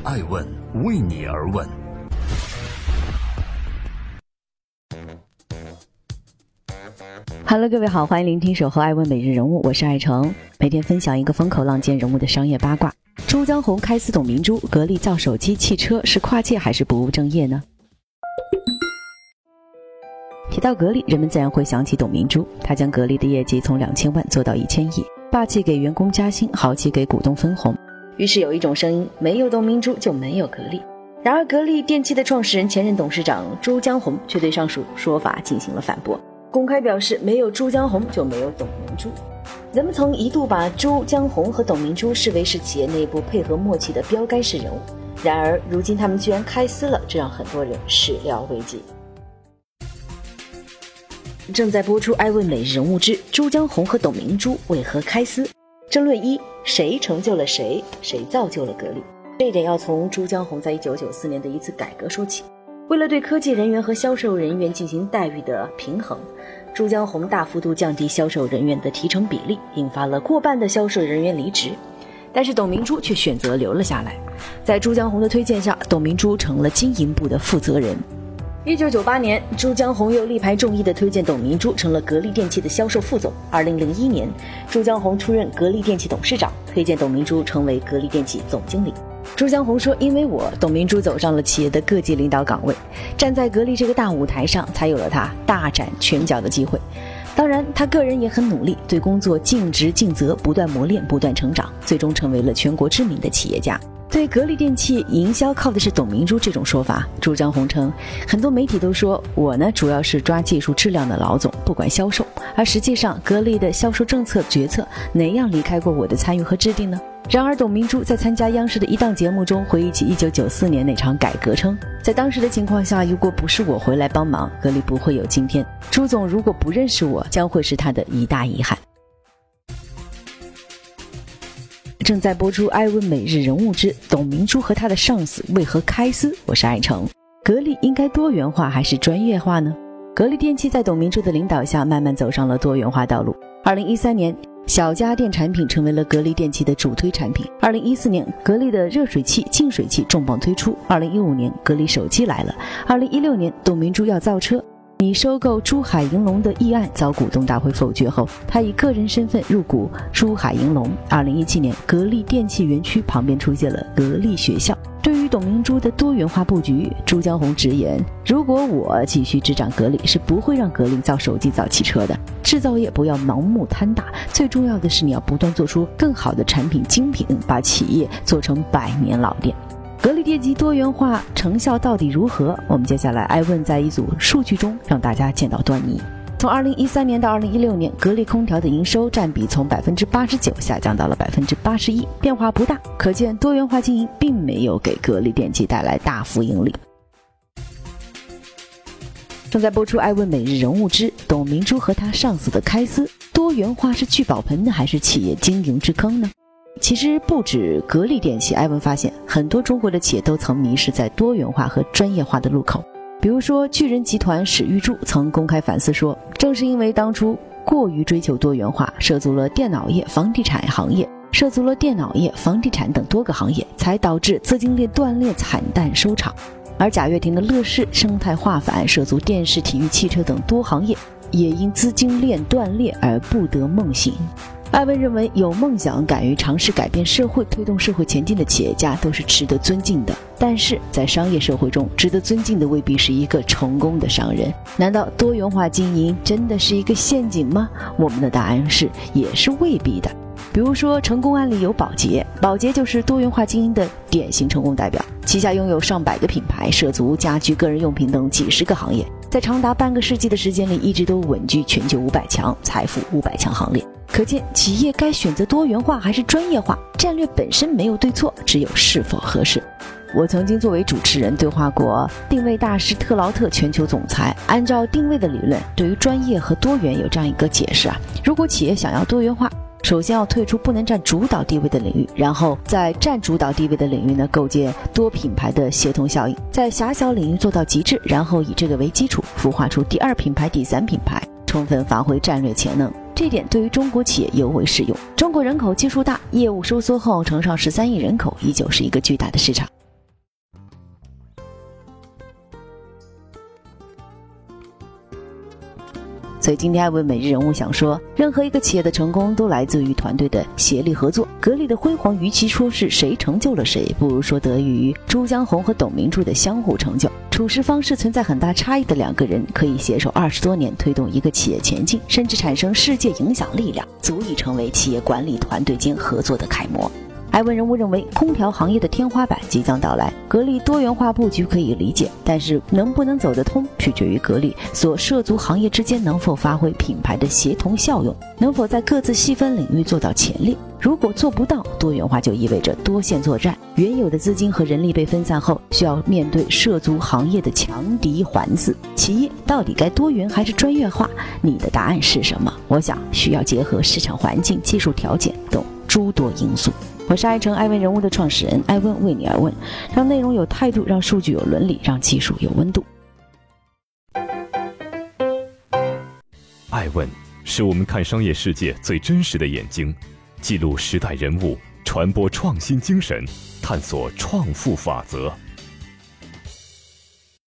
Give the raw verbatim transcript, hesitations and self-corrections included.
爱问为你而问。 Hello， 各位好，欢迎聆听守候爱问每日人物，我是爱成，每天分享一个风口浪尖人物的商业八卦。周江红开撕董明珠，格力造手机、汽车是跨界还是不务正业呢？提到格力，人们自然会想起董明珠，她将格力的业绩从两千万做到一千亿，霸气给员工加薪，豪气给股东分红。于是有一种声音，没有董明珠就没有格力。然而格力电器的创始人、前任董事长周江红却对上述说法进行了反驳，公开表示没有周江红就没有董明珠。人们曾一度把周江红和董明珠视为是企业内部配合默契的标杆式人物，然而如今他们居然开撕了，这让很多人始料未及。正在播出《爱问每日人物之周江红和董明珠为何开撕》。争论一：谁成就了谁？谁造就了格力？这一点要从周江红在一九九四年的一次改革说起。为了对科技人员和销售人员进行待遇的平衡，周江红大幅度降低销售人员的提成比例，引发了过半的销售人员离职。但是董明珠却选择留了下来。在周江红的推荐下，董明珠成了经营部的负责人。一九九八年，周江红又力排众议地推荐董明珠成了格力电器的销售副总。二零零一年，周江红出任格力电器董事长，推荐董明珠成为格力电器总经理。周江红说，因为我，董明珠走上了企业的各级领导岗位，站在格力这个大舞台上，才有了他大展拳脚的机会。当然他个人也很努力，对工作尽职尽责，不断磨练，不断成长，最终成为了全国知名的企业家。对格力电器营销靠的是董明珠这种说法，周江红称，很多媒体都说我呢主要是抓技术质量的老总，不管销售，而实际上格力的销售政策决策哪样离开过我的参与和制定呢？然而董明珠在参加央视的一档节目中回忆起一九九四年那场改革，称在当时的情况下，如果不是我回来帮忙，格力不会有今天，朱总如果不认识我，将会是他的一大遗憾。正在播出《爱问每日人物之董明珠和他的上司为何开撕》，我是爱成。格力应该多元化还是专业化呢？格力电器在董明珠的领导下，慢慢走上了多元化道路。二零一三年，小家电产品成为了格力电器的主推产品。二零一四年，格力的热水器、净水器重磅推出。二零一五年，格力手机来了。二零一六年，董明珠要造车。拟收购珠海银隆的议案遭股东大会否决后，他以个人身份入股珠海银隆。二零一七年，格力电器园区旁边出现了格力学校。对于董明珠的多元化布局，周江红直言，如果我继续执掌格力，是不会让格力造手机造汽车的。制造业不要盲目贪大，最重要的是你要不断做出更好的产品精品，把企业做成百年老店。格力电器多元化成效到底如何？我们接下来爱问在一组数据中让大家见到端倪。从二零一三年到二零一六年，格力空调的营收占比从 百分之八十九 下降到了 百分之八十一， 变化不大，可见多元化经营并没有给格力电器带来大幅盈利。正在播出爱问每日人物之董明珠和他上司的开撕，多元化是聚宝盆还是企业经营之坑呢？其实不止格力电器，艾文发现很多中国的企业都曾迷失在多元化和专业化的路口。比如说巨人集团史玉柱曾公开反思说，正是因为当初过于追求多元化，涉足了电脑业、房地产行业涉足了电脑业、房地产等多个行业，才导致资金链断裂惨淡收场。而贾跃亭的乐视生态化反，涉足电视、体育、汽车等多行业，也因资金链断裂而不得梦醒。艾文认为，有梦想、敢于尝试改变社会、推动社会前进的企业家都是值得尊敬的。但是在商业社会中，值得尊敬的未必是一个成功的商人。难道多元化经营真的是一个陷阱吗？我们的答案是，也是未必的。比如说，成功案例有宝洁，宝洁就是多元化经营的典型成功代表，旗下拥有上百个品牌，涉足家居、个人用品等几十个行业，在长达半个世纪的时间里，一直都稳居全球五百强、财富五百强行列。可见，企业该选择多元化还是专业化，战略本身没有对错，只有是否合适。我曾经作为主持人对话过定位大师特劳特全球总裁，按照定位的理论，对于专业和多元有这样一个解释啊：如果企业想要多元化，首先要退出不能占主导地位的领域，然后在占主导地位的领域呢，构建多品牌的协同效应，在狭小领域做到极致，然后以这个为基础，孵化出第二品牌、第三品牌，充分发挥战略潜能。这点对于中国企业尤为适用。中国人口基数大，业务收缩后乘上十三亿人口，依旧是一个巨大的市场。 所以今天艾问每日人物想说，任何一个企业的成功都来自于团队的协力合作。格力的辉煌与其说是谁成就了谁，不如说得益于朱江红和董明珠的相互成就。处事方式存在很大差异的两个人，可以携手二十多年推动一个企业前进，甚至产生世界影响力量，足以成为企业管理团队间合作的楷模。艾问人物认为，空调行业的天花板即将到来，格力多元化布局可以理解，但是能不能走得通，取决于格力所涉足行业之间能否发挥品牌的协同效用，能否在各自细分领域做到前列。如果做不到，多元化就意味着多线作战，原有的资金和人力被分散后，需要面对涉足行业的强敌环伺。企业到底该多元还是专业化？你的答案是什么？我想需要结合市场环境、技术条件等诸多因素。我是爱成爱问人物的创始人，爱问为你而问，让内容有态度，让数据有伦理，让技术有温度。 爱问是我们看商业世界最真实的眼睛，记录时代人物，传播创新精神，探索创富法则。